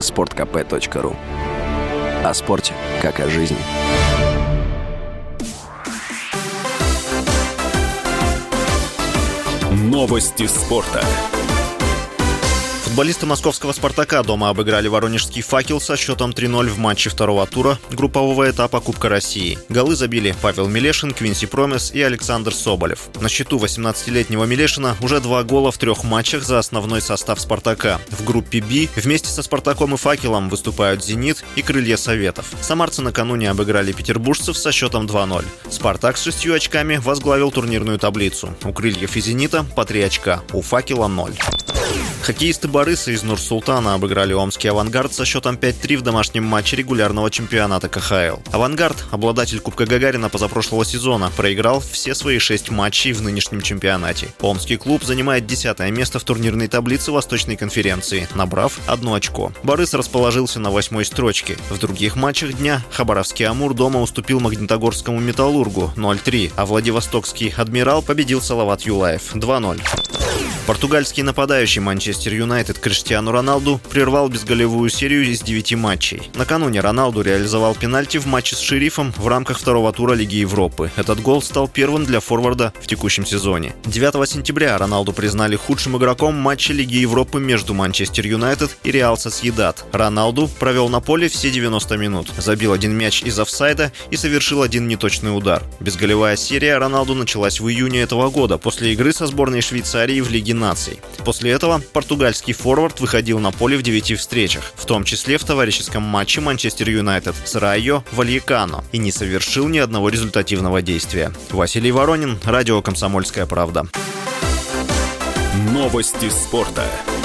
sportkp.ru. О спорте, как о жизни. Новости спорта. Футболисты московского «Спартака» дома обыграли воронежский «Факел» со счетом 3-0 в матче второго тура группового этапа Кубка России. Голы забили Павел Милешин, Квинси Промес и Александр Соболев. На счету 18-летнего Милешина уже 2 гола в 3 матчах за основной состав «Спартака». В группе «Б» вместе со «Спартаком» и «Факелом» выступают «Зенит» и «Крылья Советов». Самарцы накануне обыграли петербуржцев со счетом 2-0. «Спартак» с 6 очками возглавил турнирную таблицу. У «Крыльев» и «Зенита» по 3 очка, у «Факела» 0. Хоккеисты «Бориса» из Нур-Султана обыграли омский «Авангард» со счетом 5-3 в домашнем матче регулярного чемпионата КХЛ. «Авангард», обладатель Кубка Гагарина позапрошлого сезона, проиграл все свои 6 матчей в нынешнем чемпионате. Омский клуб занимает 10-е место в турнирной таблице Восточной конференции, набрав 1 очко. «Борис» расположился на 8-й строчке. В других матчах дня Хабаровский «Амур» дома уступил Магнитогорскому «Металлургу» 0-3, а Владивостокский «Адмирал» победил Салават Юлаев 2-0. Португальский нападающий Манчестер Юнайтед Криштиану Роналду прервал безголевую серию из 9 матчей. Накануне Роналду реализовал пенальти в матче с «Шерифом» в рамках второго тура Лиги Европы. Этот гол стал первым для форварда в текущем сезоне. 9 сентября Роналду признали худшим игроком матча Лиги Европы между Манчестер Юнайтед и Реал Сосьедад. Роналду провел на поле все 90 минут, забил 1 мяч из офсайда и совершил 1 неточный удар. Безголевая серия Роналду началась в июне этого года после игры со сборной Швейцарии в Лиге наций. После этого португальский форвард выходил на поле в 9 встречах, в том числе в товарищеском матче Манчестер Юнайтед с Райо Вальекано, и не совершил ни одного результативного действия. Василий Воронин, радио «Комсомольская правда». Новости спорта.